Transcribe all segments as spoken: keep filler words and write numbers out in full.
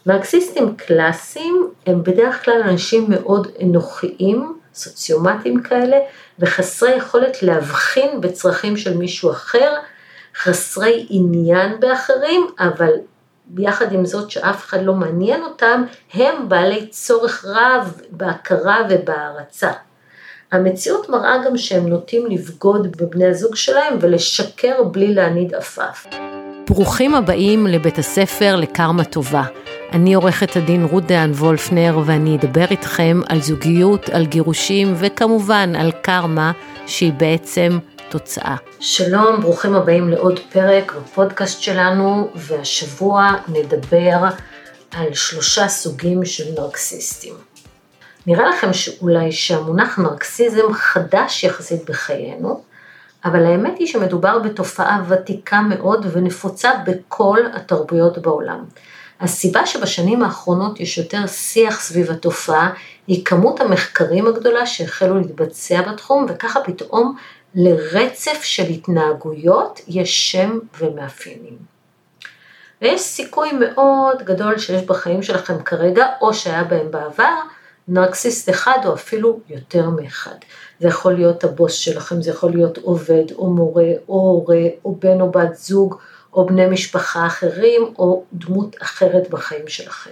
נרקסיסטים קלאסיים הם בדרך כלל אנשים מאוד אנוכיים, סוציומטיים כאלה, וחסרי יכולת להבחין בצרכים של מישהו אחר, חסרי עניין באחרים, אבל ביחד עם זאת שאף אחד לא מעניין אותם, הם בעלי צורך רב בהכרה ובהערצה. המציאות מראה גם שהם נוטים לבגוד בבני הזוג שלהם ולשקר בלי להניד עפעף. ברוכים הבאים לבית הספר לקרמה טובה. אני עורכת הדין רות דהן וולפנר ואני אדבר איתכם על זוגיות, על גירושים וכמובן על קרמה שהיא בעצם תוצאה. שלום, ברוכים הבאים לעוד פרק בפודקאסט שלנו, והשבוע נדבר על שלושה סוגים של נרקסיסטים. נראה לכם שאולי שהמונח נרקסיזם חדש יחסית בחיינו, אבל האמת היא שמדובר בתופעה ותיקה מאוד ונפוצה בכל התרבויות בעולם. הסיבה שבשנים האחרונות יש יותר שיח סביב התופעה היא כמות המחקרים הגדולה שהחלו להתבצע בתחום, וככה פתאום לרצף של התנהגויות יש שם ומאפיינים. ויש סיכוי מאוד גדול שיש בחיים שלכם כרגע, או שהיה בהם בעבר, נרקסיסט אחד או אפילו יותר מאחד. זה יכול להיות הבוס שלכם, זה יכול להיות עובד או מורה או הורה או בן או בת זוג או בני משפחה אחרים או דמות אחרת בחיים שלכם.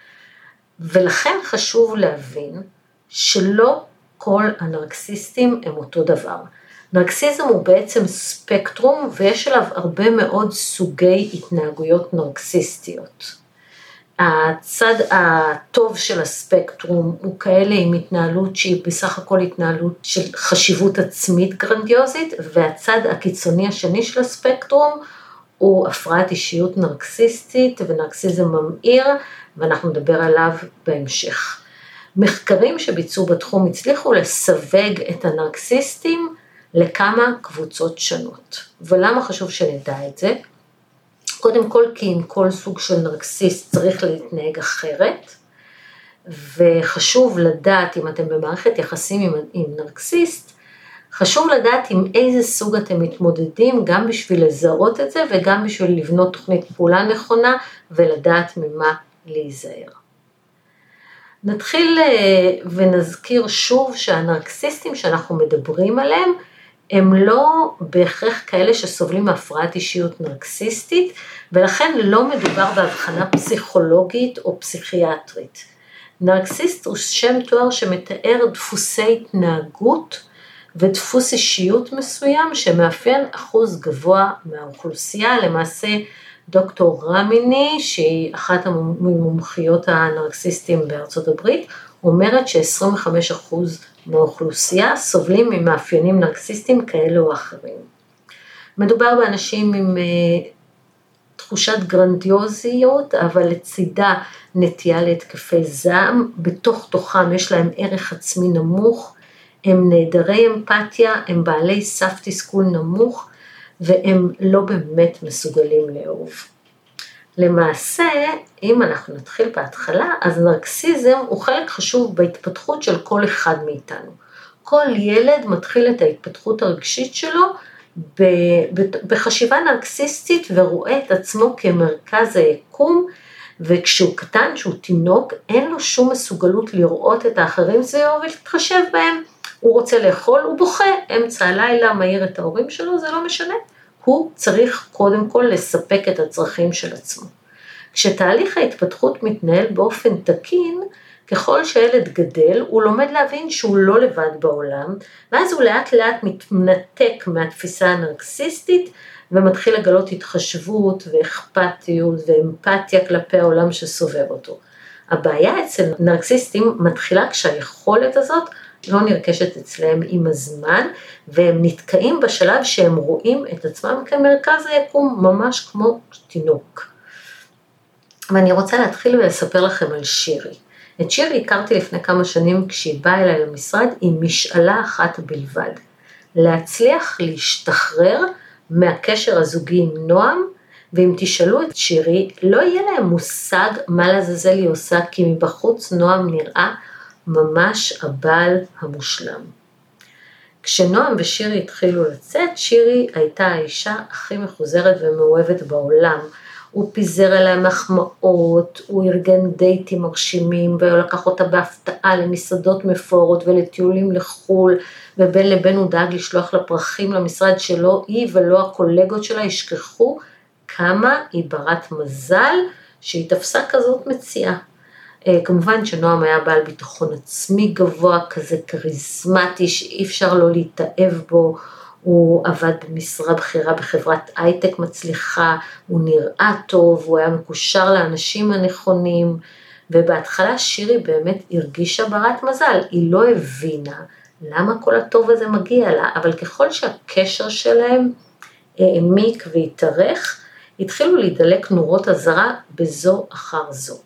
ולכן חשוב להבין שלא כל הנרקסיסטים הם אותו דבר. נרקסיזם הוא בעצם ספקטרום ויש עליו הרבה מאוד סוגי התנהגויות נרקסיסטיות. הצד הטוב של הספקטרום הוא כאלה עם התנהלות שהיא בסך הכל התנהלות של חשיבות עצמית גרנדיוזית, והצד הקיצוני השני של הספקטרום הוא הפרעת אישיות נרקסיסטית ונרקסיזם ממאיר, ואנחנו נדבר עליו בהמשך. מחקרים שביצעו בתחום הצליחו לסווג את הנרקסיסטים לכמה קבוצות שונות. ולמה חשוב שנדע את זה? קודם כל כי עם כל סוג של נרקסיסט צריך להתנהג אחרת, וחשוב לדעת אם אתם במערכת יחסים עם, עם נרקסיסט, חשוב לדעת עם איזה סוג אתם מתמודדים, גם בשביל לזהות את זה וגם בשביל לבנות תוכנית פעולה נכונה ולדעת ממה להיזהר. נתחיל ונזכיר שוב שהנרקסיסטים שאנחנו מדברים עליהם, הם לא בהכרח כאלה שסובלים מהפרעת אישיות נרקסיסטית, ולכן לא מדובר בהבחנה פסיכולוגית או פסיכיאטרית. נרקסיסט הוא שם תואר שמתאר דפוסי התנהגות ודפוס אישיות מסוים שמאפיין אחוז גבוה מהאוכלוסייה. למעשה דוקטור רמיני, שהיא אחת המומחיות הנרקסיסטים בארצות הברית, אומרת ש-עשרים וחמישה אחוז מהאוכלוסייה סובלים ממאפיינים נרקסיסטיים כאלה או אחרים. מדובר באנשים עם uh, תחושת גרנדיוזיות, אבל לצידה נטייה להתקפי זעם, בתוך תוכם יש להם ערך עצמי נמוך, הם נעדרי אמפתיה, הם בעלי סף תסכול נמוך, והם לא באמת מסוגלים לאהוב. למעשה, אם אנחנו נתחיל בהתחלה, אז נרקסיזם הוא חלק חשוב בהתפתחות של כל אחד מאיתנו. כל ילד מתחיל את ההתפתחות הרגשית שלו בחשיבה נרקסיסטית ורואה את עצמו כמרכז היקום, וכשהוא קטן, כשהוא תינוק, אין לו שום מסוגלות לראות את האחרים סביבו ולהתחשב בהם. הוא רוצה לאכול, הוא בוכה, אמצע הלילה מהיר את ההורים שלו, זה לא משנה. הוא צריך קודם כל לספק את הצרכים של עצמו. כשתהליך ההתפתחות מתנהל באופן תקין, ככל שהילד גדל, הוא לומד להבין שהוא לא לבד בעולם, ואז הוא לאט לאט מתנתק מהתפיסה הנרקסיסטית, ומתחיל לגלות התחשבות ואכפתיות ואמפתיה כלפי העולם שסובב אותו. הבעיה אצל נרקסיסטים מתחילה כשהיכולת הזאת לא נרכשת אצלם עם הזמן, והם נתקעים בשלב שהם רואים את עצמם כמרכז היקום, ממש כמו תינוק. ואני רוצה להתחיל ולספר לכם על שירי. את שירי הכרתי לפני כמה שנים כשהיא באה אליי למשרד עם משאלה אחת בלבד. להצליח להשתחרר מהקשר הזוגי עם נועם, ואם תשאלו את שירי, לא יהיה להם מושג מה לעזאזל היא עושה, כי מבחוץ נועם נראה ממש הבעל המושלם. כשנועם ושירי התחילו לצאת, שירי הייתה האישה הכי מחוזרת ומאוהבת בעולם. הוא פיזר עליהם מחמאות, הוא ארגן דייטים מרשימים, והוא לקח אותה בהפתעה למסעדות מפוארות ולטיולים לחול, ובין לבין הוא דאג לשלוח לפרחים למשרד שלו, היא ולא הקולגות שלה ישכחו כמה היא ברת מזל שהיא תפסה כזאת מציאה. כמובן שנועם היה בעל ביטחון עצמי גבוה, כזה קריזמטי שאי אפשר לא להתאהב בו, הוא עבד במשרה בכירה בחברת הייטק מצליחה, הוא נראה טוב, הוא היה מקושר לאנשים הנכונים, ובהתחלה שירי באמת הרגישה ברת מזל, היא לא הבינה למה כל הטוב הזה מגיע לה, אבל ככל שהקשר שלהם העמיק והתארך, התחילו להידלק נורות הזרה בזו אחר זו.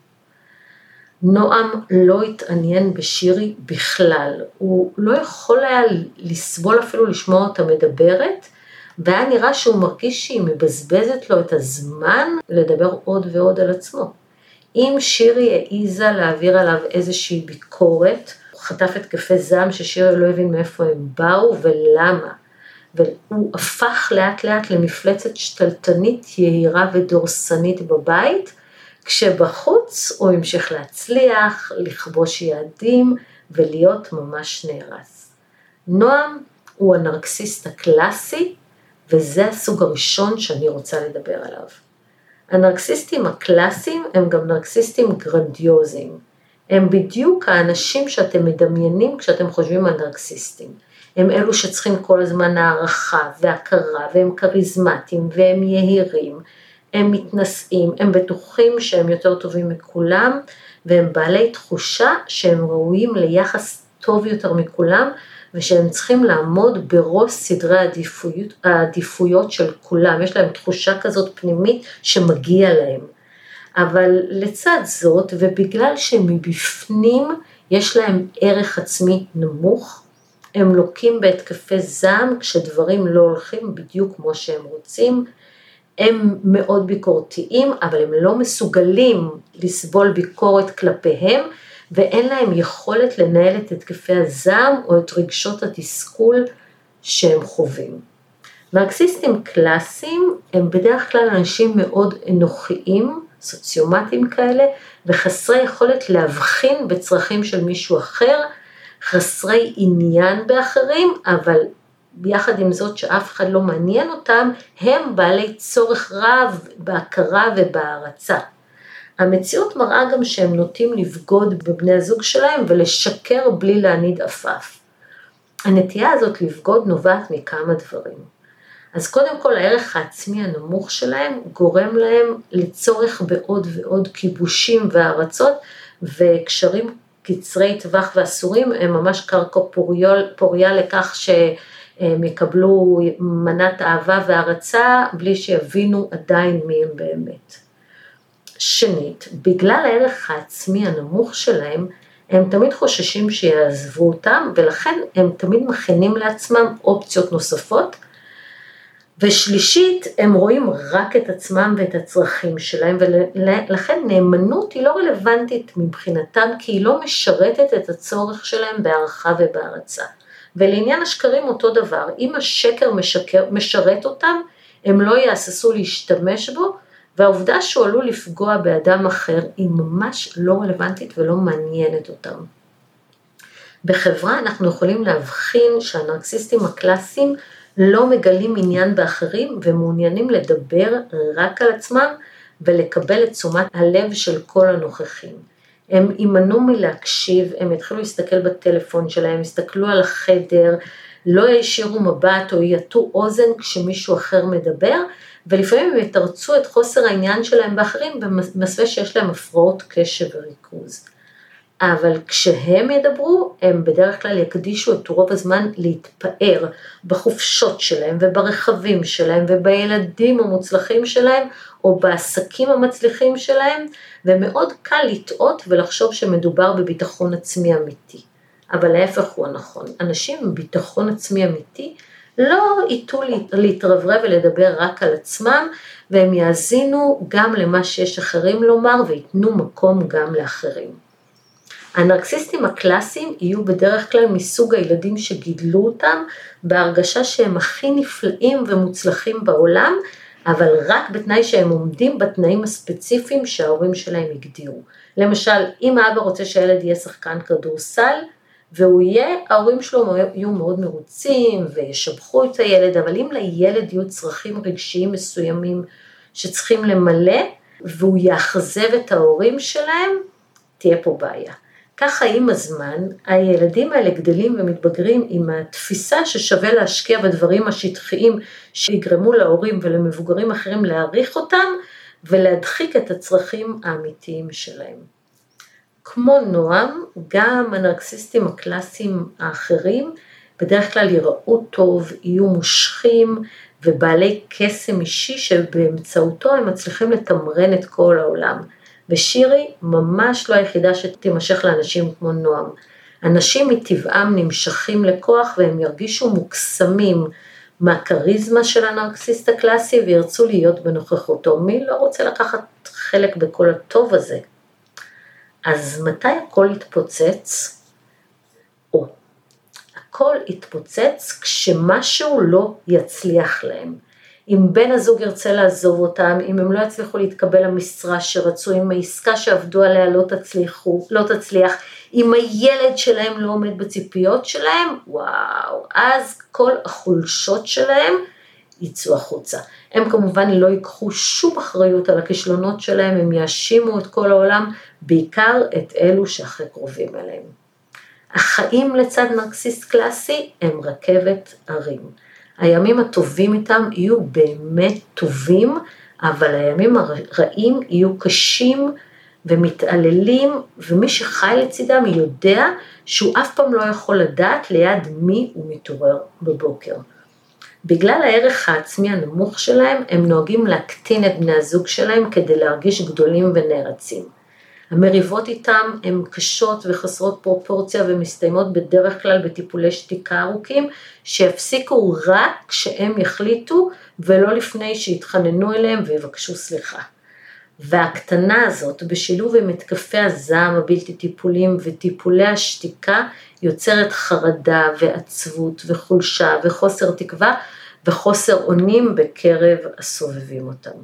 נועם לא התעניין בשירי בכלל, הוא לא יכול היה לסבול אפילו לשמוע אותה מדברת, והיה נראה שהוא מרגיש שהיא מבזבזת לו את הזמן לדבר עוד ועוד על עצמו. אם שירי העיזה להעביר עליו איזושהי ביקורת, הוא חטף את כפי זעם ששירי לא הבין מאיפה הם באו ולמה, והוא הפך לאט לאט למפלצת שתלטנית יהירה ודורסנית בבית, כשבחוץ הוא המשיך להצליח, לכבוש יעדים ולהיות ממש נהרס. נועם הוא הנרקסיסט הקלאסי, וזה הסוג הראשון שאני רוצה לדבר עליו. הנרקסיסטים הקלאסיים הם גם נרקסיסטים גרנדיוזיים. הם בדיוק האנשים שאתם מדמיינים כשאתם חושבים על נרקסיסטים. הם אלו שצריכים כל הזמן הערכה והכרה, והם קריזמטיים והם יהירים, הם מתנשאים, הם בטוחים שהם יותר טובים מכולם, והם בעלי תחושה שהם ראויים ליחס טוב יותר מכולם, ושהם צריכים לעמוד בראש סדרי העדיפויות, העדיפויות של כולם, יש להם תחושה כזאת פנימית שמגיע להם. אבל לצד זאת, ובגלל שמבפנים יש להם ערך עצמי נמוך, הם לוקים בהתקפי זעם כשדברים לא הולכים בדיוק כמו שהם רוצים, הם מאוד ביקורתיים, אבל הם לא מסוגלים לסבול ביקורת כלפיהם, ואין להם יכולת לנהל את התקפי הזעם או את רגשות התסכול שהם חווים. נרקסיסטים קלאסיים הם בדרך כלל אנשים מאוד אנוכיים, סוציומטיים כאלה, וחסרי יכולת להבחין בצרכים של מישהו אחר, חסרי עניין באחרים, אבל ביחד עם זאת שאף אחד לא מעניין אותם, הם בעלי צורך רב בהכרה ובהערצה. המציאות מראה גם שהם נוטים לבגוד בבני הזוג שלהם ולשקר בלי להניד עפעף. הנטייה הזאת לבגוד נובעת מכמה דברים. אז קודם כל הערך העצמי הנמוך שלהם גורם להם לצורך בעוד ועוד כיבושים והערצות, וקשרים קצרי טווח ואסורים הם ממש קרקע פוריה לכך שהם יקבלו מנת אהבה והערצה בלי שיבינו עדיין מי הם באמת. שנית, בגלל הערך העצמי הנמוך שלהם, הם תמיד חוששים שיעזבו אותם, ולכן הם תמיד מכינים לעצמם אופציות נוספות, ושלישית, הם רואים רק את עצמם ואת הצרכים שלהם, ולכן נאמנות היא לא רלוונטית מבחינתם, כי היא לא משרתת את הצורך שלהם בהערכה ובהערצה. ולעניין השקרים אותו דבר, אם השקר משקר, משרת אותם, הם לא יעששו להשתמש בו, והעובדה שהוא עלול לפגוע באדם אחר היא ממש לא רלוונטית ולא מעניינת אותם. בחברה אנחנו יכולים להבחין שהנרקסיסטים הקלאסיים לא מגלים עניין באחרים ומעוניינים לדבר רק על עצמם ולקבל את תשומת הלב של כל הנוכחים. הם יימנעו מלהקשיב, הם יתחילו להסתכל בטלפון שלהם, יסתכלו על החדר, לא ישירו מבט או יטו אוזן כשמישהו אחר מדבר, ולפעמים הם יתרצו את חוסר העניין שלהם באחרים במסווה שיש להם הפרעות קשב וריכוז. אבל כשהם ידברו, הם בדרך כלל יקדישו את רוב הזמן להתפאר בחופשות שלהם וברכבים שלהם ובילדים המוצלחים שלהם או בעסקים המצליחים שלהם, ומאוד קל לטעות ולחשוב שמדובר בביטחון עצמי אמיתי. אבל להפך הוא הנכון, אנשים עם ביטחון עצמי אמיתי לא ייתו להתרברב ולדבר רק על עצמם, והם יאזינו גם למה שיש אחרים לומר ויתנו מקום גם לאחרים. הנרקסיסטים הקלאסיים יהיו בדרך כלל מסוג הילדים שגידלו אותם, בהרגשה שהם הכי נפלאים ומוצלחים בעולם, אבל רק בתנאי שהם עומדים בתנאים הספציפיים שההורים שלהם הגדירו. למשל, אם האבא רוצה שהילד יהיה שחקן כדורסל, והוא יהיה, ההורים שלו יהיו מאוד מרוצים וישבחו את הילד, אבל אם לילד יהיו צרכים רגשיים מסוימים שצריכים למלא, והוא יאכזב את ההורים שלהם, תהיה פה בעיה. ככה עם הזמן, הילדים האלה גדלים ומתבגרים עם התפיסה ששווה להשקיע בדברים השטחיים שיגרמו להורים ולמבוגרים אחרים להעריך אותם, ולהדחיק את הצרכים האמיתיים שלהם. כמו נועם, גם הנרקסיסטים הקלאסיים האחרים, בדרך כלל יראו טוב, יהיו מושכים ובעלי קסם אישי שבאמצעותו הם מצליחים לתמרן את כל העולם. ושירי ממש לא היחידה שתימשך לאנשים כמו נועם. אנשים מטבעם נמשכים לכוח והם ירגישו מוקסמים מהקריזמה של הנרקסיסט הקלאסי וירצו להיות בנוכחותו. מי לא רוצה לקחת חלק בכל הטוב הזה? אז מתי הכל יתפוצץ? או, הכל יתפוצץ כשמשהו לא יצליח להם. אם בן הזוג ירצה לעזוב אותם, אם הם לא יצליחו להתקבל למשרה שרצו, אם העסקה שעבדו עליה לא תצליחו, לא תצליח, אם הילד שלהם לא עומד בציפיות שלהם, וואו, אז כל החולשות שלהם יצאו החוצה. הם כמובן לא ייקחו שום אחריות על הכישלונות שלהם, הם יאשימו את כל העולם, בעיקר את אלו שהכי קרובים אליהם. החיים לצד נרקסיסט קלאסי הם רכבת הרים. הימים הטובים איתם יהיו באמת טובים, אבל הימים הרעים יהיו קשים ומתעללים, ומי שחי לצידם יודע שהוא אף פעם לא יכול לדעת ליד מי הוא מתעורר בבוקר. בגלל הערך העצמי הנמוך שלהם, הם נוהגים להקטין את בני הזוג שלהם כדי להרגיש גדולים ונערצים. המריבות איתם הן קשות וחסרות פרופורציה ומסתיימות בדרך כלל בטיפולי שתיקה ארוכים, שיפסיקו רק כשהם יחליטו ולא לפני שיתחננו אליהם ויבקשו סליחה. והקטנה הזאת בשילוב עם התקפי הזעם הבלתי טיפולים וטיפולי השתיקה יוצרת חרדה ועצבות וחולשה וחוסר תקווה וחוסר אונים בקרב הסובבים אותם.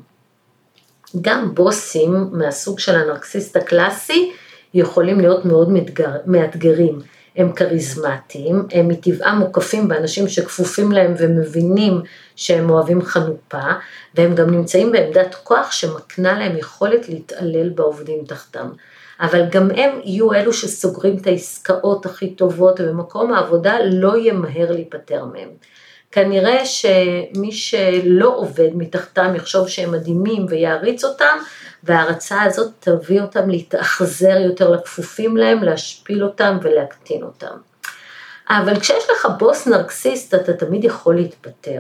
גם בוסים מהסוג של הנרקסיסט הקלאסי יכולים להיות מאוד מאתגרים. הם קריזמטיים, הם מטבעם מוקפים באנשים שכפופים להם ומבינים שהם אוהבים חנופה, והם גם נמצאים בעמדת כוח שמקנה להם יכולת להתעלל בעובדים תחתם. אבל גם הם יהיו אלו שסוגרים את העסקאות הכי טובות, ובמקום העבודה לא ימהר להיפטר מהם. כנראה שמי שלא עובד מתחתם יחשוב שהם מדהימים ויעריץ אותם, וההרצאה הזאת תביא אותם להתאכזר יותר לכפופים להם, להשפיל אותם ולהקטין אותם. אבל כשיש לך בוס נרקסיסט, אתה תמיד יכול להתפטר.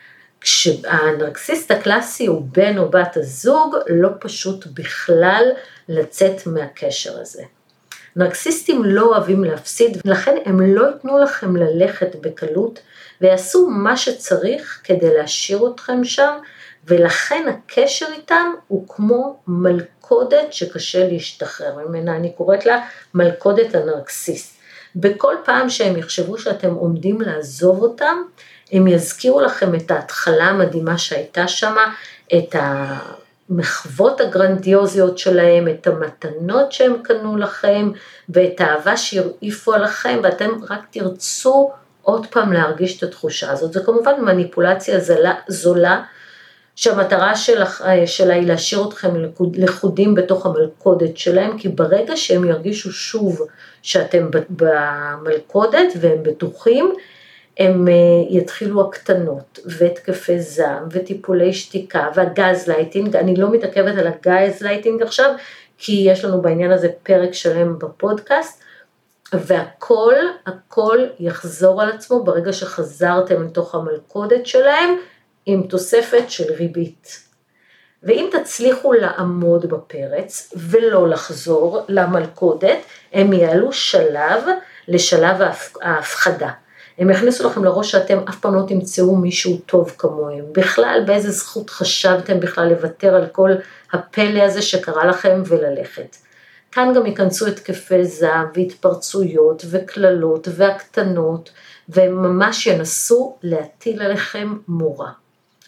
כשהנרקסיסט הקלאסי הוא בן או בת הזוג, לא פשוט בכלל לצאת מהקשר הזה. נרקסיסטים לא אוהבים להפסיד, ולכן הם לא ייתנו לכם ללכת בקלות, ויעשו מה שצריך כדי להשאיר אתכם שם, ולכן הקשר איתם הוא כמו מלכודת שקשה להשתחרר ממנה, אני קוראת לה מלכודת הנרקסיסט. בכל פעם שהם יחשבו שאתם עומדים לעזוב אותם, הם יזכירו לכם את ההתחלה המדהימה שהייתה שם, את המחוות הגרנדיוזיות שלהם, את המתנות שהם קנו לכם, ואת האהבה שהרעיפו עליכם, ואתם רק תרצו עוד פעם להרגיש את התחושה הזאת. זה כמובן מניפולציה זולה, זולה שהמטרה שלה, שלה היא להשאיר אתכם לחודים בתוך המלכודת שלהם, כי ברגע שהם ירגישו שוב שאתם במלכודת והם בטוחים, הם יתחילו הקטנות והתקפי זעם וטיפולי שתיקה והגז לייטינג. אני לא מתעכבת על הגז לייטינג עכשיו, כי יש לנו בעניין הזה פרק שלם בפודקאסט, והכל, הכל יחזור על עצמו ברגע שחזרתם לתוך המלכודת שלהם, עם תוספת של ריבית. ואם תצליחו לעמוד בפרץ ולא לחזור למלכודת, הם יעלו שלב לשלב ההפחדה. הם יכניסו לכם לראש שאתם אף פעם לא תמצאו מישהו טוב כמוהם. בכלל, באיזה זכות חשבתם בכלל לוותר על כל הפלא הזה שקרה לכם וללכת. כאן גם ייכנסו התקפי זעם והתפרצויות וכללות והקטנות, והם ממש ינסו להטיל עליכם מורה.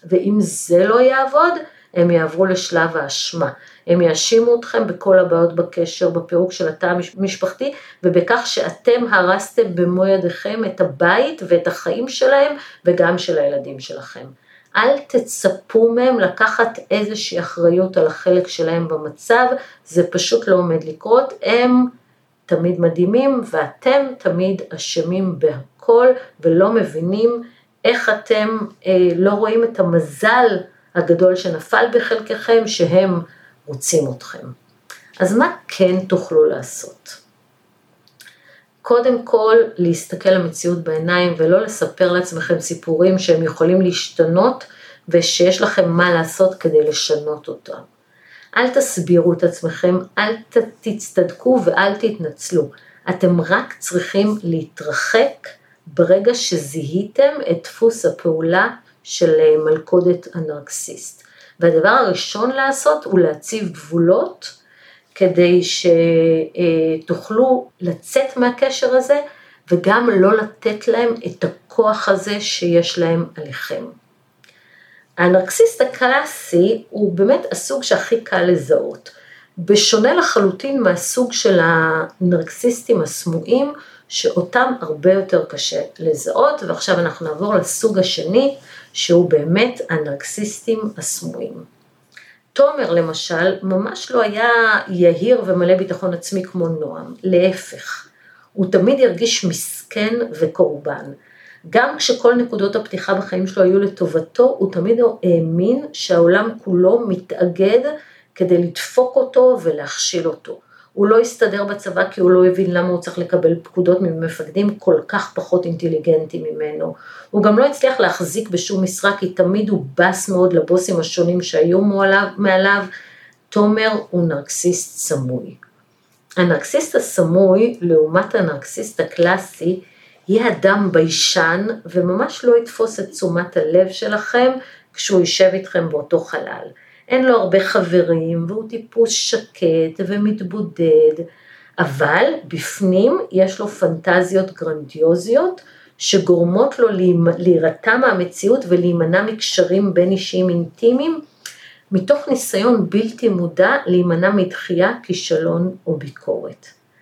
ואם זה לא יעבוד, הם יעברו לשלב האשמה. הם יאשימו אתכם בכל הבעיות בקשר, בפירוק של התא המשפחתי, ובכך שאתם הרסתם במו ידיכם את הבית ואת החיים שלהם, וגם של הילדים שלכם. אל תצפו מהם לקחת איזושהי אחריות על החלק שלהם במצב, זה פשוט לא עומד לקרות, הם תמיד מדהימים, ואתם תמיד אשמים בהכל, ולא מבינים איך אתם אה, לא רואים את המזל הגדול שנפל בחלקכם, שהם רוצים אתכם. אז מה כן תוכלו לעשות? קודם כל, להסתכל למציאות בעיניים, ולא לספר לעצמכם סיפורים שהם יכולים להשתנות, ושיש לכם מה לעשות כדי לשנות אותם. אל תסבירו את עצמכם, אל תצטדקו ואל תתנצלו. אתם רק צריכים להתרחק ברגע שזיהיתם את דפוס הפעולה של מלכודת הנרקסיסט. והדבר הראשון לעשות הוא להציב גבולות, כדי שתוכלו לצאת מהקשר הזה, וגם לא לתת להם את הכוח הזה שיש להם עליכם. הנרקסיסט הקלאסי הוא באמת הסוג שהכי קל לזהות. בשונה לחלוטין מהסוג של הנרקסיסטים הסמויים, שאותם הרבה יותר קשה לזהות, ועכשיו אנחנו נעבור לסוג השני, שהוא באמת הנרקסיסטים הסמויים. תומר למשל, ממש לא היה יהיר ומלא ביטחון עצמי כמו נועם, להפך. הוא תמיד הרגיש מסכן וקורבן. גם כשכל נקודות הפתיחה בחיים שלו היו לטובתו, הוא תמיד האמין שהעולם כולו מתאגד כדי לדפוק אותו ולהכשיל אותו. הוא לא הסתדר בצבא כי הוא לא הבין למה הוא צריך לקבל פקודות ממפקדים כל כך פחות אינטליגנטים ממנו. הוא גם לא הצליח להחזיק בשום משרה כי תמיד הוא בס מאוד לבוסים השונים שהיו מעליו. תומר הוא נרקסיסט סמוי. הנרקסיסט הסמוי לעומת הנרקסיסט הקלאסי יהיה אדם ביישן וממש לא יתפוס את תשומת הלב שלכם כשהוא יישב איתכם באותו חלל. אין לו הרבה חברים והוא טיפוס שקט ומתבודד, אבל בפנים יש לו פנטזיות גרנדיוזיות שגורמות לו להירתע מהמציאות ולהימנע מקשרים בין אישיים אינטימיים, מתוך ניסיון בלתי מודע להימנע מדחייה, כישלון או ביקורת.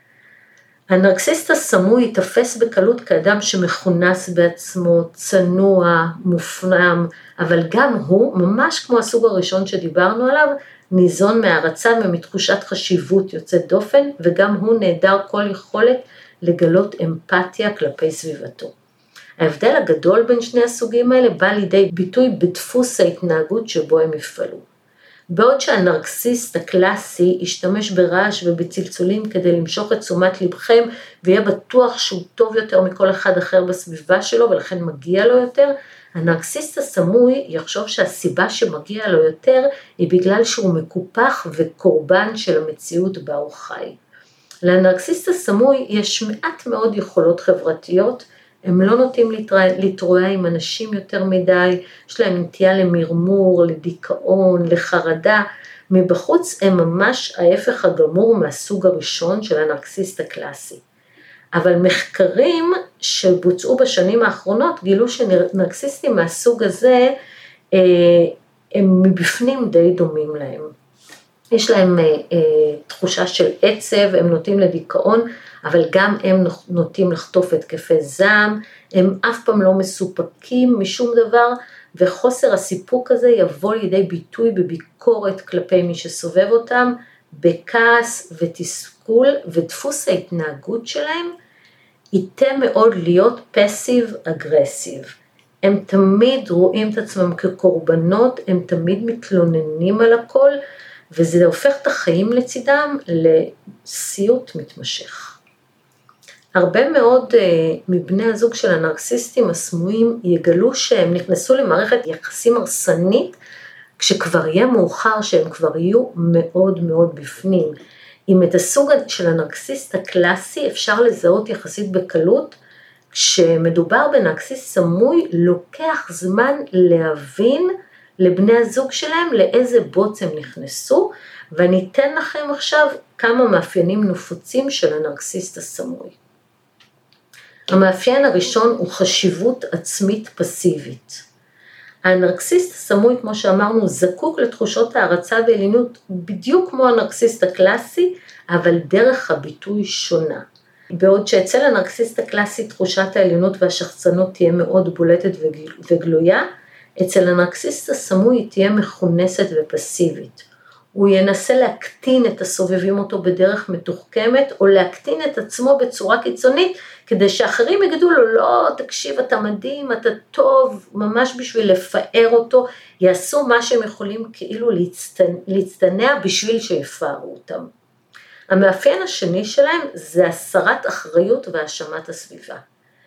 הנרקסיסט הסמוי יתפס בקלות כאדם שמכונס בעצמו, צנוע, מופנם, אבל גם הוא, ממש כמו הסוג הראשון שדיברנו עליו, ניזון מהערצה ומתחושת חשיבות יוצאת דופן, וגם הוא נהדר כל יכולת לגלות אמפתיה כלפי סביבתו. ההבדל הגדול בין שני הסוגים האלה בא לידי ביטוי בדפוס ההתנהגות שבו הם יפעלו. בעוד שהנרקסיסט הקלאסי ישתמש ברעש ובצלצולים כדי למשוך את תשומת לבכם, ויהיה בטוח שהוא טוב יותר מכל אחד אחר בסביבה שלו, ולכן מגיע לו יותר, הנרקסיסט הסמוי יחשוב שהסיבה שמגיע לו יותר, היא בגלל שהוא מקופח וקורבן של המציאות בה הוא חי. לנרקסיסט הסמוי יש מעט מאוד יכולות חברתיות, הם לא נוטים להתרועע עם אנשים יותר מדי, יש להם נטייה למרמור, לדיכאון, לחרדה, מבחוץ הם ממש ההפך הגמור מהסוג הראשון של הנרקסיסט הקלאסי. אבל מחקרים שבוצעו בשנים האחרונות גילו שנרקסיסטים מהסוג הזה הם מבפנים די דומים להם. יש להם תחושה של עצב, הם נוטים לדיכאון, אבל גם הם נוטים לחטוף התקפי זעם, הם אף פעם לא מסופקים משום דבר, וחוסר הסיפוק הזה יבוא לידי ביטוי בביקורת כלפי מי שסובב אותם, בכעס ותסכול, ודפוס ההתנהגות שלהם ייתה מאוד להיות פסיב אגרסיב. הם תמיד רואים את עצמם כקורבנות, הם תמיד מתלוננים על הכל, וזה הופך את החיים לצידם לסיוט מתמשך. הרבה מאוד uh, מבני הזוג של הנרקסיסטים הסמויים יגלו שהם נכנסו למערכת יחסים הרסנית, כשכבר יהיה מאוחר שהם כבר יהיו מאוד מאוד בפנים. אם את הסוג של הנרקסיסט הקלאסי אפשר לזהות יחסית בקלות, כשמדובר בנרקסיסט סמוי לוקח זמן להבין לבני הזוג שלהם לאיזה בוץ הם נכנסו, ואני אתן לכם עכשיו כמה מאפיינים נפוצים של הנרקסיסט הסמוי. המאפיין הראשון הוא חשיבות עצמית פסיבית. הנרקסיסט הסמוי, כמו שאמרנו, זקוק לתחושות הערצה ועליונות, בדיוק כמו הנרקסיסט הקלאסי, אבל דרך הביטוי שונה. בעוד שאצל הנרקסיסט הקלאסי תחושת העליונות והשחצנות תהיה מאוד בולטת וגלויה, אצל הנרקסיסט הסמוי היא תהיה מכונסת ופסיבית. הוא ינסה להקטין את הסובבים אותו בדרך מתוחכמת, או להקטין את עצמו בצורה קיצונית, כדי שאחרים יגידו לו, לא, תקשיב, אתה מדהים, אתה טוב, ממש בשביל לפאר אותו, יעשו מה שהם יכולים כאילו להצטנע בשביל שיפארו אותם. המאפיין השני שלהם זה הסרת אחריות והאשמת הסביבה.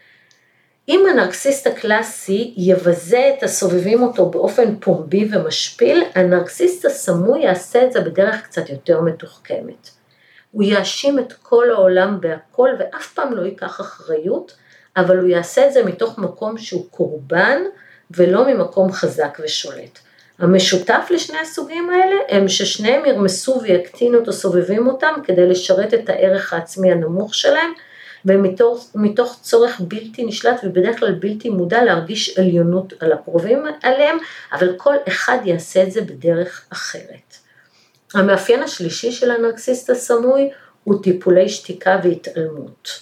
אם הנרקסיסט הקלאסי יבזה את הסובבים אותו באופן פומבי ומשפיל, הנרקסיסט הסמוי יעשה את זה בדרך קצת יותר מתוחכמת. הוא יאשים את כל העולם בהכל ואף פעם לא ייקח אחריות, אבל הוא יעשה את זה מתוך מקום שהוא קורבן ולא ממקום חזק ושולט. המשותף לשני הסוגים האלה הם ששניהם ירמסו ויקטינו את הסובבים אותם כדי לשרת את הערך העצמי הנמוך שלהם, ומתוך מתוך צורך בלתי נשלט ובדרך כלל בלתי מודע להרגיש עליונות על הקרובים עליהם, אבל כל אחד יעשה את זה בדרך אחרת. המאפיין השלישי של הנרקסיסט הסמוי הוא טיפולי שתיקה והתעלמות.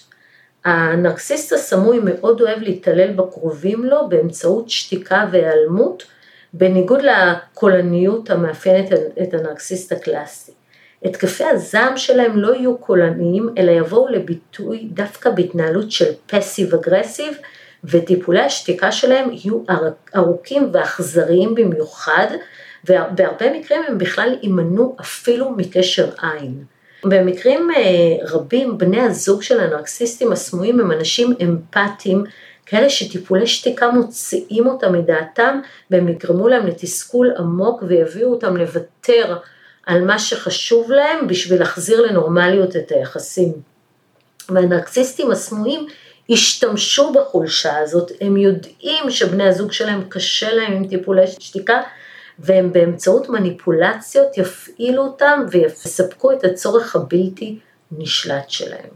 הנרקסיסט הסמוי מאוד אוהב להתעלל בקרובים לו באמצעות שתיקה והיעלמות, בניגוד לקולניות המאפיינת את הנרקסיסט הקלאסי. התקפי הזעם שלהם לא יהיו קולניים, אלא יבואו לביטוי דווקא בהתנהלות של פסיב אגרסיב, וטיפולי השתיקה שלהם יהיו ארוכים ואכזריים במיוחד, ובהרבה מקרים הם בכלל יימנעו אפילו מקשר עין. במקרים רבים, בני הזוג של הנרקסיסטים הסמויים הם אנשים אמפתיים, כאלה שטיפולי שתיקה מוציאים אותם מדעתם, והם יגרמו להם לתסכול עמוק ויביאו אותם לוותר על מה שחשוב להם בשביל להחזיר לנורמליות את היחסים. והנרקסיסטים הסמויים השתמשו בחולשה הזאת, הם יודעים שבני הזוג שלהם קשה להם עם טיפולי שתיקה, והם באמצעות מניפולציות יפעילו אותם ויספקו את הצורך הבלתי נשלט שלהם.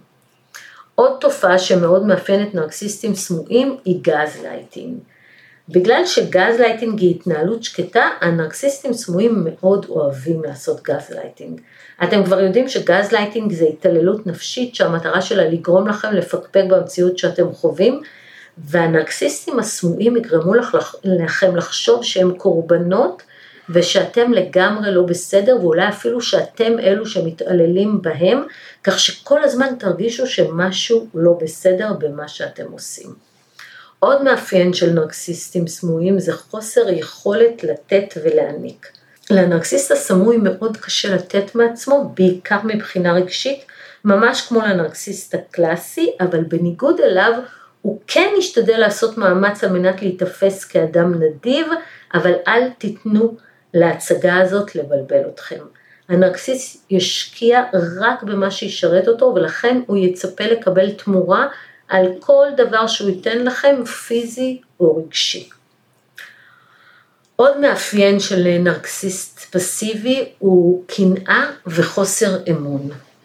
עוד תופעה שמאוד מאפיינת נרקסיסטים סמויים היא גזלייטינג. בגלל שגזלייטינג היא התנהלות שקטה, הנרקסיסטים סמויים מאוד אוהבים לעשות גזלייטינג. אתם כבר יודעים שגזלייטינג זה התעללות נפשית שהמטרה שלה לגרום לכם לפקפק במציאות שאתם חווים, והנרקסיסטים הסמויים יגרמו לכם לחשוב שהם קורבנות, ושאתם לגמרי לא בסדר, ואולי אפילו שאתם אלו שמתעללים בהם, כך שכל הזמן תרגישו שמשהו לא בסדר במה שאתם עושים. עוד מאפיין של נרקסיסטים סמויים זה חוסר יכולת לתת ולהעניק. לנרקסיסט הסמוי מאוד קשה לתת מעצמו, בעיקר מבחינה רגשית, ממש כמו לנרקסיסט הקלאסי, אבל בניגוד אליו הוא כן ישתדל לעשות מאמץ על מנת להתאפס כאדם נדיב, אבל אל תיתנו להצגה הזאת לבלבל אתכם. הנרקסיסט ישקיע רק במה שישרת אותו, ולכן הוא יצפה לקבל תמורה על כל דבר שהוא ייתן לכם, פיזי או רגשי. עוד מאפיין של נרקסיסט פסיבי הוא קנאה וחוסר אמון.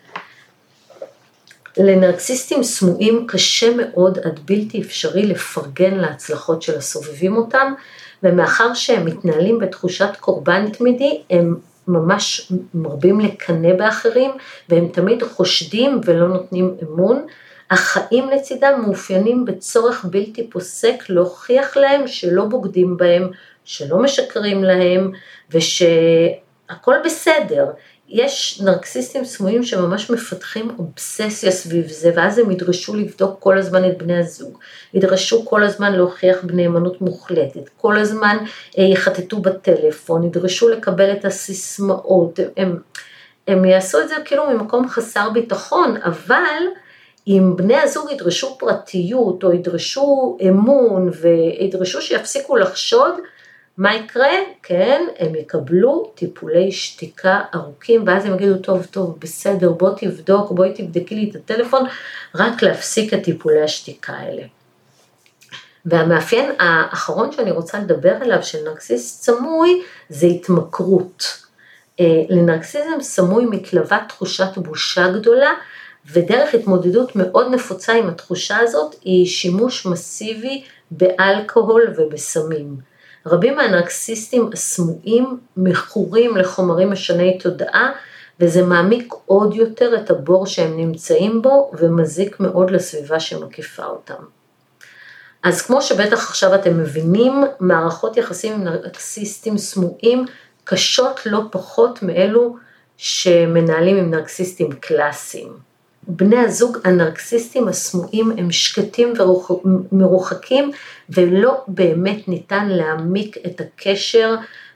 לנרקסיסטים סמויים קשה מאוד עד בלתי אפשרי לפרגן להצלחות של הסובבים אותם, ומאחר שהם מתנהלים בתחושת קורבן תמידי, הם ממש מרבים לקנא באחרים, והם תמיד חושדים ולא נותנים אמון. החיים לצידם מאופיינים בצורך בלתי פוסק להוכיח להם שלא בוגדים בהם, שלא משקרים להם, ושהכל בסדר. יש נרקסיסטים סמויים שממש מפתחים אובססיה סביב זה, ואז הם ידרשו לבדוק כל הזמן את בני הזוג, ידרשו כל הזמן להוכיח בנאמנות מוחלטת, כל הזמן יחטטו בטלפון, ידרשו לקבל את הסיסמאות, הם, הם יעשו את זה כאילו ממקום חסר ביטחון, אבל אם בני הזוג ידרשו פרטיות, או ידרשו אמון, וידרשו שיפסיקו לחשוד, מה יקרה? כן, הם יקבלו טיפולי שתיקה ארוכים, ואז הם יגידו, טוב, טוב, בסדר, בוא תבדוק, בואי תבדקי לי את הטלפון, רק להפסיק את טיפולי השתיקה האלה. והמאפיין האחרון שאני רוצה לדבר עליו של נרקסיסט סמוי, זה התמכרות. לנרקסיזם סמוי מתלווה תחושת בושה גדולה, ודרך התמודדות מאוד נפוצה עם התחושה הזאת, היא שימוש מסיבי באלכוהול ובסמים. רבים מהנרקסיסטים הסמויים מכורים לחומרים משני תודעה, וזה מעמיק עוד יותר את הבור שהם נמצאים בו, ומזיק מאוד לסביבה שמקיפה אותם. אז כמו שבטח עכשיו אתם מבינים, מערכות יחסים עם נרקסיסטים סמויים, קשות לא פחות מאלו שמנהלים עם נרקסיסטים קלאסיים. בני הזוג הנרקסיסטים הסמויים הם שקטים ומרוחקים, ולא באמת ניתן להעמיק את הקשר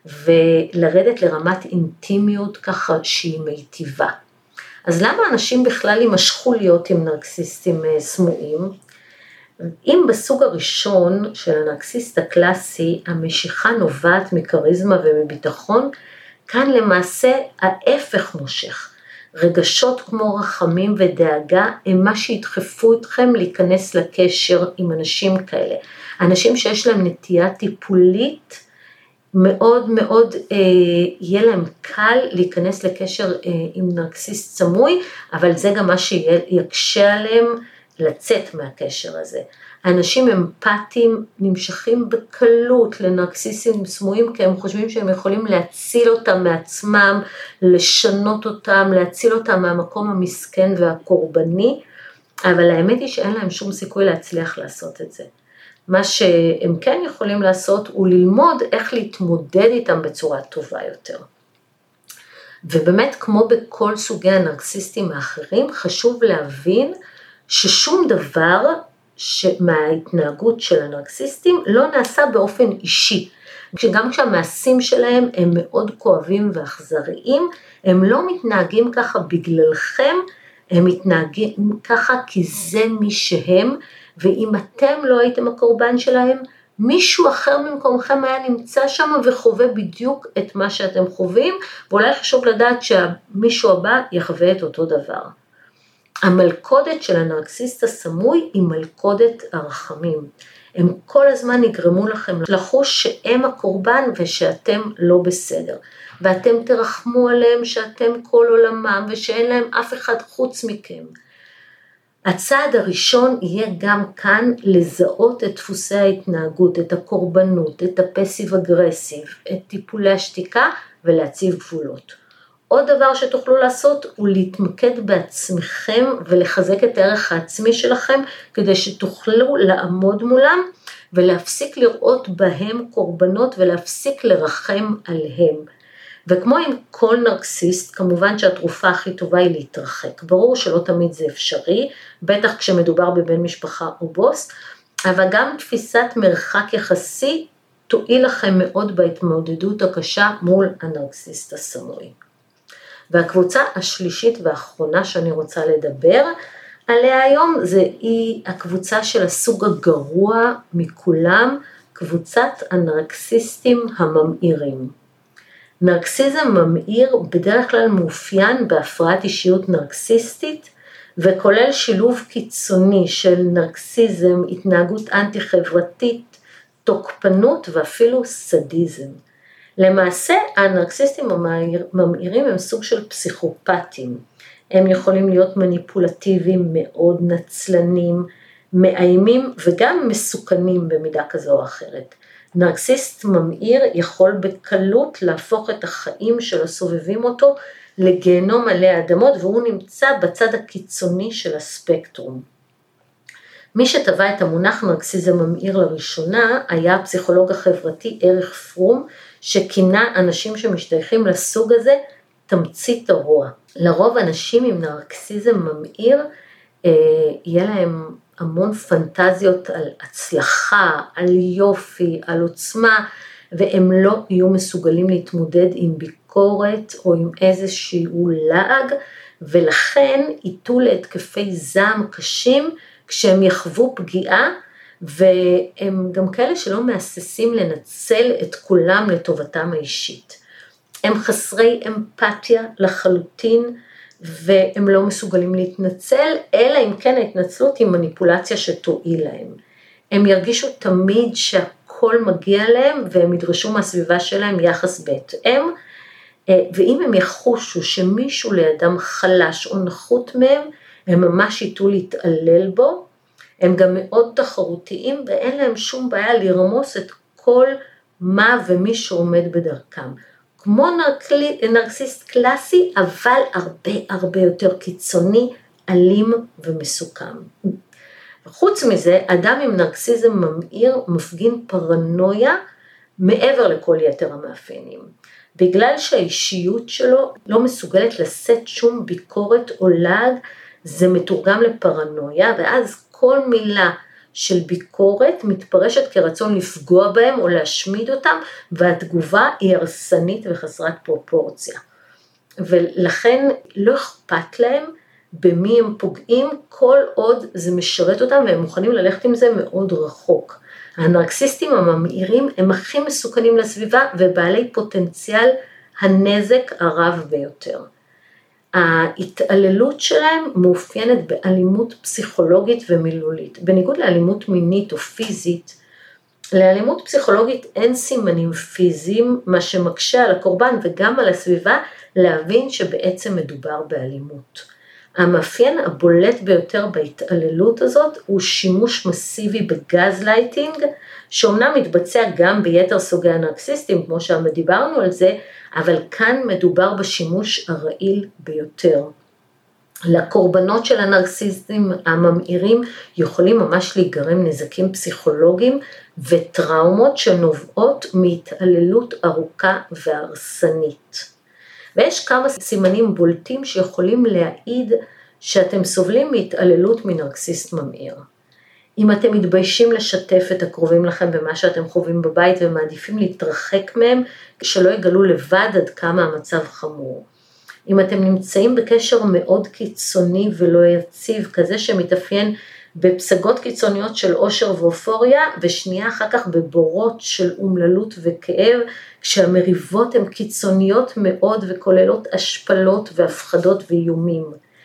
ולרדת לרמת אינטימיות ככה שהיא מיטיבה. אז למה אנשים בכלל יימשכו להיות עם נרקסיסטים סמויים? אם בסוג הראשון של הנרקסיסט הקלאסי, המשיכה נובעת מקריזמה ומביטחון, כאן למעשה ההפך מושך. רגשות כמו רחמים ודאגה הם מה שידחפו אתכם להיכנס לקשר עם אנשים כאלה. אנשים שיש להם נטייה טיפולית, מאוד מאוד אה, יהיה להם קל להיכנס לקשר אה, עם נרקסיסט סמוי, אבל זה גם מה שיקשה עליהם לצאת מהקשר הזה. האנשים אמפתיים נמשכים בקלות לנרקסיסטים סמויים, כי הם חושבים שהם יכולים להציל אותם מעצמם, לשנות אותם, להציל אותם מהמקום המסכן והקורבני, אבל האמת היא שאין להם שום סיכוי להצליח לעשות את זה. מה שהם כן יכולים לעשות הוא ללמוד איך להתמודד איתם בצורה טובה יותר. ובאמת כמו בכל סוגי הנרקסיסטים האחרים, חשוב להבין ששום דבר מההתנהגות של הנרקסיסטים לא נעשה באופן אישי. גם כשהמעשים שלהם הם מאוד כואבים ואכזריים, הם לא מתנהגים ככה בגללכם, הם מתנהגים ככה כי זה מי שהם, ואם אתם לא הייתם הקורבן שלהם, מישהו אחר ממקומכם היה נמצא שם וחווה בדיוק את מה שאתם חווים, ואולי חשוב לדעת שהמישהו הבא יחווה את אותו דבר. המלכודת של הנרקסיסט הסמוי היא מלכודת הרחמים. הם כל הזמן יגרמו לכם לחוש שהם הקורבן ושאתם לא בסדר. ואתם תרחמו עליהם שאתם כל עולמם ושאין להם אף אחד חוץ מכם. הצעד הראשון יהיה גם כאן לזהות את דפוסי ההתנהגות, את הקורבנות, את הפסיב אגרסיב, את טיפולי השתיקה ולהציב גבולות. עוד דבר שתוכלו לעשות הוא להתמקד בעצמכם ולחזק את הערך העצמי שלכם, כדי שתוכלו לעמוד מולם ולהפסיק לראות בהם קורבנות ולהפסיק לרחם עליהם. וכמו עם כל נרקסיסט, כמובן שהתרופה הכי טובה היא להתרחק. ברור שלא תמיד זה אפשרי, בטח כשמדובר בבן משפחה או בוס, אבל גם תפיסת מרחק יחסי תועיל לכם מאוד בהתמודדות הקשה מול הנרקסיסט הסמוי. והקבוצה השלישית והאחרונה שאני רוצה לדבר עליה היום, זה היא הקבוצה של הסוג הגרוע מכולם, קבוצת הנרקסיסטים הממאירים. נרקסיזם ממאיר בדרך כלל מאופיין בהפרעת אישיות נרקסיסטית, וכולל שילוב קיצוני של נרקסיזם, התנהגות אנטי-חברתית, תוקפנות ואפילו סדיזם. למעשה, הנרקסיסטים הממאירים הם סוג של פסיכופטים. הם יכולים להיות מניפולטיביים, מאוד נצלנים, מאיימים וגם מסוכנים במידה כזו או אחרת. נרקסיסט ממאיר יכול בקלות להפוך את החיים של הסובבים אותו לגיהנום עלי אדמות, והוא נמצא בצד הקיצוני של הספקטרום. מי שטבע את המונח נרקסיזם ממאיר לראשונה היה הפסיכולוג החברתי אריך פרום, שכינה אנשים שמשתייכים לסוג הזה תמצית הרוע. לרוב אנשים עם נרקסיזם ממאיר אה, יהיה להם המון פנטזיות על הצלחה, על יופי, על עוצמה, והם לא יהיו מסוגלים להתמודד עם ביקורת או עם איזשהו לעג, ולכן ייתו להתקפי זעם קשים כשהם יחוו פגיעה, והם גם כאלה שלא מהססים לנצל את כולם לטובתם האישית. הם חסרי אמפתיה לחלוטין, והם לא מסוגלים להתנצל, אלא אם כן ההתנצלות היא מניפולציה שתועיל להם. הם ירגישו תמיד שהכל מגיע להם, והם ידרשו מהסביבה שלהם יחס בהתאם, ואם הם יחושו שמישהו לידם חלש או נחות מהם, הם ממש ייתו להתעלל בו. הם גם מאוד תחרותיים, ואין להם שום בעיה לרמוס את כל מה ומי שעומד בדרכם. כמו נרקסיסט קלאסי, אבל הרבה הרבה יותר קיצוני, אלים ומסוכם. חוץ מזה, אדם עם נרקסיזם ממאיר מפגין פרנויה מעבר לכל יתר המאפיינים. בגלל שהאישיות שלו לא מסוגלת לשאת שום ביקורת או לעג, זה מתורגם לפרנויה, ואז כל מילה של ביקורת מתפרשת כרצון לפגוע בהם או להשמיד אותם, והתגובה היא הרסנית וחסרת פרופורציה. ולכן לא אכפת להם במי הם פוגעים, כל עוד זה משרת אותם, והם מוכנים ללכת עם זה מאוד רחוק. הנרקסיסטים הממאירים הם הכי מסוכנים לסביבה, ובעלי פוטנציאל הנזק הרב ביותר. ההתעללות שלהם מאופיינת באלימות פסיכולוגית ומילולית. בניגוד לאלימות מינית או פיזית, לאלימות פסיכולוגית אין סימנים פיזיים, מה שמקשה על הקורבן וגם על הסביבה להבין שבעצם מדובר באלימות. המאפיין הבולט ביותר בהתעללות הזאת הוא שימוש מסיבי בגז לייטינג, שאומנם מתבצע גם ביתר סוגי הנרקסיסטים, כמו שדיברנו על זה, אבל כאן מדובר בשימוש הרעיל ביותר. לקורבנות של הנרקסיסטים הממאירים יכולים ממש להיגרם נזקים פסיכולוגיים וטראומות שנובעות מהתעללות ארוכה והרסנית. ויש כמה סימנים בולטים שיכולים להעיד שאתם סובלים מהתעללות מנרקסיסט ממאיר. אם אתם מתביישים לשתף את הקרובים לכם במה שאתם חווים בבית ומעדיפים להתרחק מהם, שלא יגלו לבד עד כמה המצב חמור. אם אתם נמצאים בקשר מאוד קיצוני ולא יציב, כזה שמתאפיין בפסגות קיצוניות של אושר ואופוריה, ושנייה אחר כך בבורות של אומללות וכאב, כשהמריבות הן קיצוניות מאוד וכוללות השפלות והפחדות ואיומים.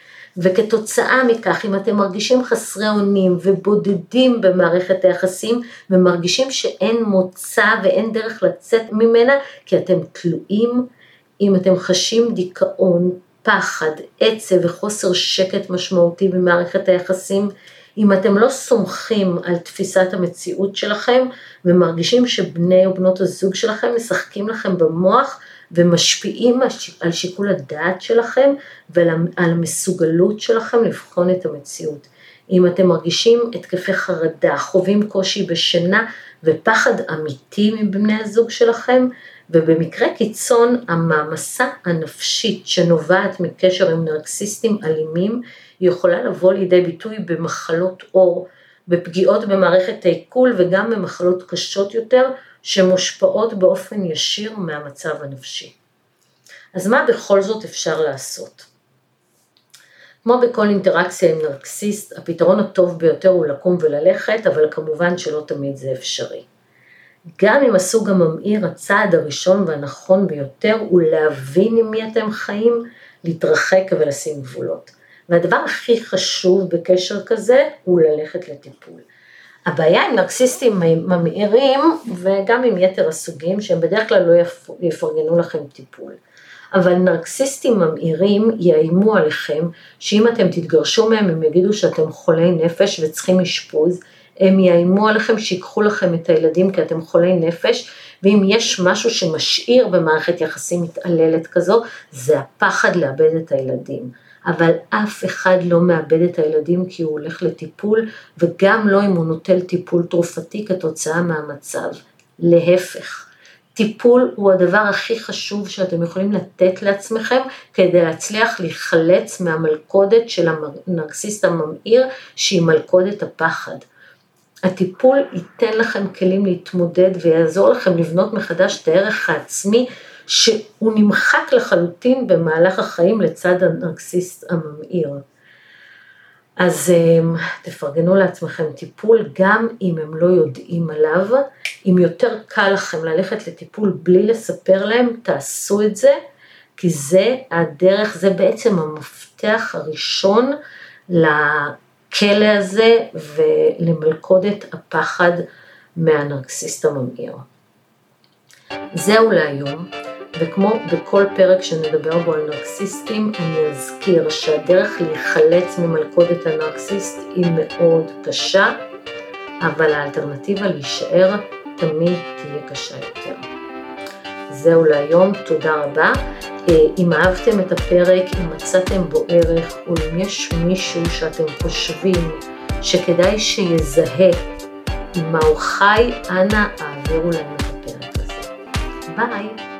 וכתוצאה מכך, אם אתם מרגישים חסרי אונים ובודדים במערכת היחסים, ומרגישים שאין מוצא ואין דרך לצאת ממנה, כי אתם תלויים, אם אתם חשים דיכאון, פחד, עצב וחוסר שקט משמעותי במערכת היחסים, אם אתם לא סומכים על תפיסת המציאות שלכם, ומרגישים שבני או בנות הזוג שלכם משחקים לכם במוח, ומשפיעים על שיקול הדעת שלכם, ועל המסוגלות שלכם לבחון את המציאות. אם אתם מרגישים התקפי חרדה, חווים קושי בשינה, ופחד אמיתי מבני הזוג שלכם, ובמקרה קיצון, המעמסה הנפשית שנובעת מקשר עם נרקסיסטים אלימים, היא יכולה לבוא לידי ביטוי במחלות עור, בפגיעות במערכת העיכול, וגם במחלות קשות יותר, שמושפעות באופן ישיר מהמצב הנפשי. אז מה בכל זאת אפשר לעשות? כמו בכל אינטראקציה עם נרקסיסט, הפתרון הטוב ביותר הוא לקום וללכת, אבל כמובן שלא תמיד זה אפשרי. גם אם הסוג הממאיר, הצעד הראשון והנכון ביותר הוא להבין עם מי אתם חיים, להתרחק ולשים גבולות. והדבר הכי חשוב בקשר כזה הוא ללכת לטיפול. הבעיה עם נרקסיסטים ממאירים, וגם עם יתר הסוגים, שהם בדרך כלל לא יפרגנו לכם טיפול. אבל נרקסיסטים ממאירים יאיימו עליכם, שאם אתם תתגרשו מהם, הם יגידו שאתם חולי נפש וצריכים אשפוז, הם יאיימו עליכם שיקחו לכם את הילדים כי אתם חולי נפש, ואם יש משהו שמשאיר במערכת יחסים מתעללת כזו, זה הפחד לאבד את הילדים. אבל אף אחד לא מאבד את הילדים כי הוא הולך לטיפול, וגם לא אם הוא נוטל טיפול תרופתי כתוצאה מהמצב. להפך, טיפול הוא הדבר הכי חשוב שאתם יכולים לתת לעצמכם, כדי להצליח להיחלץ מהמלכודת של הנרקסיסט הממאיר, שהיא מלכודת הפחד. הטיפול ייתן לכם כלים להתמודד, ויעזור לכם לבנות מחדש את הערך העצמי, שהוא נמחק לחלוטין במהלך החיים לצד הנרקסיסט הממאיר. אז תפרגנו לעצמכם טיפול, גם אם הם לא יודעים עליו. אם יותר קל לכם ללכת לטיפול בלי לספר להם, תעשו את זה, כי זה הדרך, זה בעצם המפתח הראשון לכלא הזה, ולמלכודת הפחד מהנרקסיסט הממאיר. זהו להיום. וכמו בכל פרק שנדבר בו על נרקסיסטים, אני אזכיר שהדרך להיחלץ ממלכודת הנרקסיסט היא מאוד קשה, אבל האלטרנטיבה להישאר תמיד תהיה קשה יותר. זהו להיום, תודה רבה. אם אהבתם את הפרק, אם מצאתם בו ערך, או אם יש מישהו שאתם חושבים שכדאי שיזהה עם מה הוא חי, אנא העבירו להם את הפרק הזה. ביי.